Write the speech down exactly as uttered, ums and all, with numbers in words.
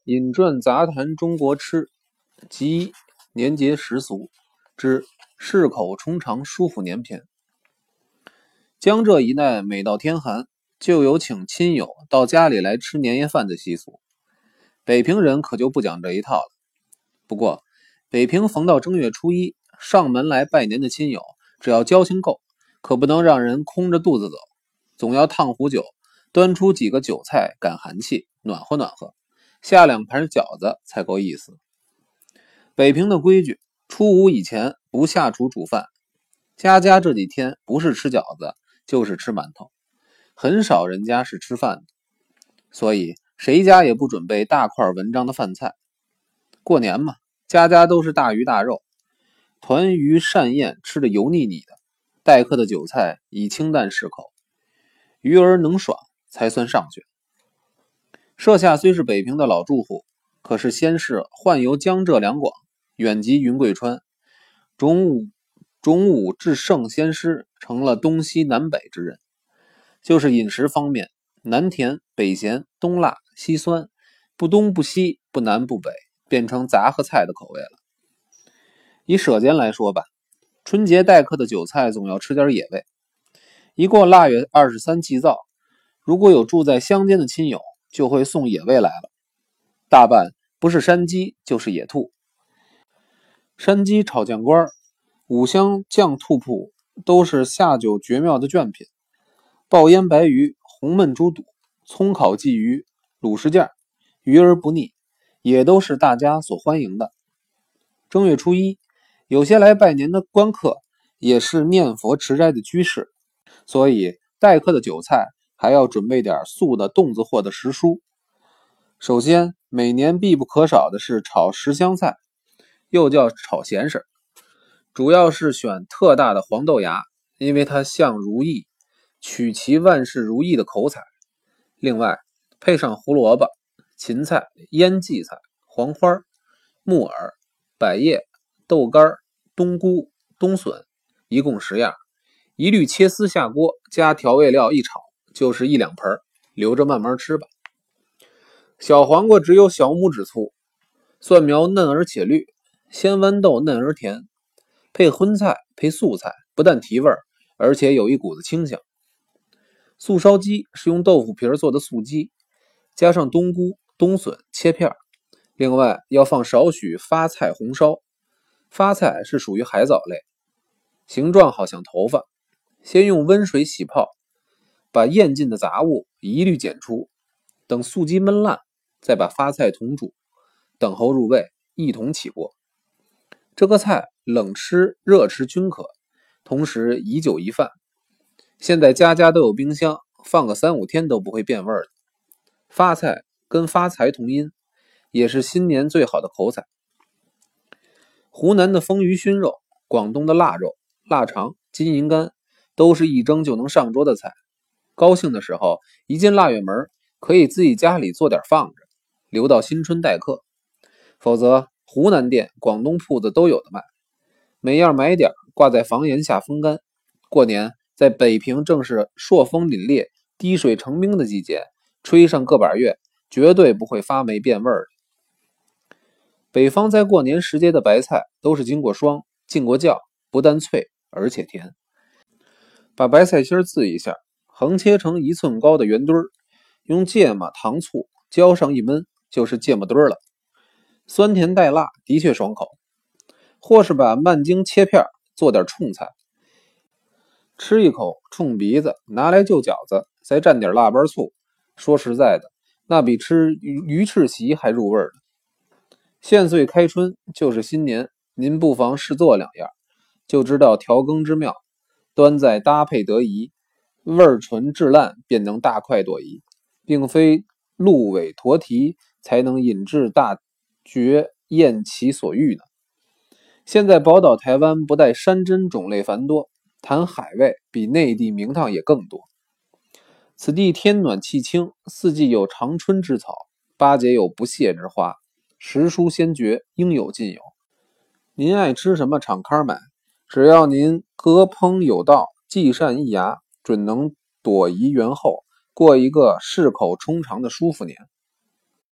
饮馔杂谈中国吃，即年节时俗之适口充肠舒服年篇。江浙一带每到天寒，就有请亲友到家里来吃年夜饭的习俗。北平人可就不讲这一套了。不过，北平逢到正月初一上门来拜年的亲友，只要交情够，可不能让人空着肚子走，总要烫壶酒，端出几个酒菜赶寒气，暖和暖和，下两盘饺子才够意思。北平的规矩，初五以前不下厨煮饭，家家这几天不是吃饺子就是吃馒头，很少人家是吃饭的，所以谁家也不准备大块文章的饭菜。过年嘛，家家都是大鱼大肉，团鱼鳝宴吃得油腻腻的，待客的酒菜以清淡适口，鱼儿能爽才算上选。舍下虽是北平的老住户，可是先是宦游江浙两广，远及云贵川，种武种武至圣先师，成了东西南北之人。就是饮食方面，南甜北咸，东辣西酸，不东不西，不南不北，变成杂合菜的口味了。以舍间来说吧，春节待客的酒菜总要吃点野味。一过腊月二十三祭灶，如果有住在乡间的亲友，就会送野味来了，大半不是山鸡就是野兔。山鸡炒酱瓜，五香酱兔脯都是下酒绝妙的卷品，爆腌白鱼，红焖猪肚，葱烤鲫鱼，卤什件，鱼儿不腻，也都是大家所欢迎的。正月初一，有些来拜年的官客也是念佛持斋的居士，所以待客的酒菜还要准备点素的冻子货的时蔬。首先，每年必不可少的是炒十香菜，又叫炒咸食，主要是选特大的黄豆芽，因为它像如意，取其万事如意的口彩。另外，配上胡萝卜、芹菜、腌荠菜、黄花、木耳、百叶、豆干、冬菇、冬笋，一共十样，一律切丝下锅，加调味料一炒，就是一两盆，留着慢慢吃吧。小黄瓜只有小拇指粗，蒜苗嫩而且绿，鲜豌豆嫩而甜，配荤菜配素菜，不但提味，而且有一股子清香。素烧鸡是用豆腐皮做的素鸡，加上冬菇、冬笋切片，另外要放少许发菜红烧。发菜是属于海藻类，形状好像头发，先用温水洗泡，把咽进的杂物一律剪出，等素鸡焖烂，再把发菜同煮，等候入味，一同起锅。这个菜冷吃热吃均可，同时宜酒宜饭。现在家家都有冰箱，放个三五天都不会变味的。发菜跟发财同音，也是新年最好的口彩。湖南的风鱼熏肉，广东的腊肉、腊肠、金银肝，都是一蒸就能上桌的菜。高兴的时候，一进腊月门，可以自己家里做点放着，留到新春待客。否则，湖南店、广东铺子都有的卖，每样买点，挂在房檐下风干。过年在北平正是朔风凛冽、滴水成冰的季节，吹上个把月，绝对不会发霉变味的。北方在过年时节的白菜都是经过霜、浸过酵，不但脆而且甜。把白菜心自一下，横切成一寸高的圆墩儿，用芥末、糖醋浇上一焖，就是芥末墩儿了。酸甜带辣，的确爽口。或是把蔓茎切片，做点冲菜，吃一口冲鼻子，拿来就饺子，再蘸点腊八醋。说实在的，那比吃鱼翅席还入味儿呢。现岁开春就是新年，您不妨试做两样，就知道调羹之妙。端在搭配得宜，味儿纯质烂便能大快朵颐，并非鹿尾驼蹄才能引致大绝厌其所欲呢。现在宝岛台湾不但山珍种类繁多，谈海味比内地名堂也更多。此地天暖气清，四季有长春之草，八节有不谢之花，时蔬鲜绝，应有尽有。您爱吃什么敞开买，只要您隔烹有道，技善一牙，准能朵颐圆后，过一个适口充肠的舒服年。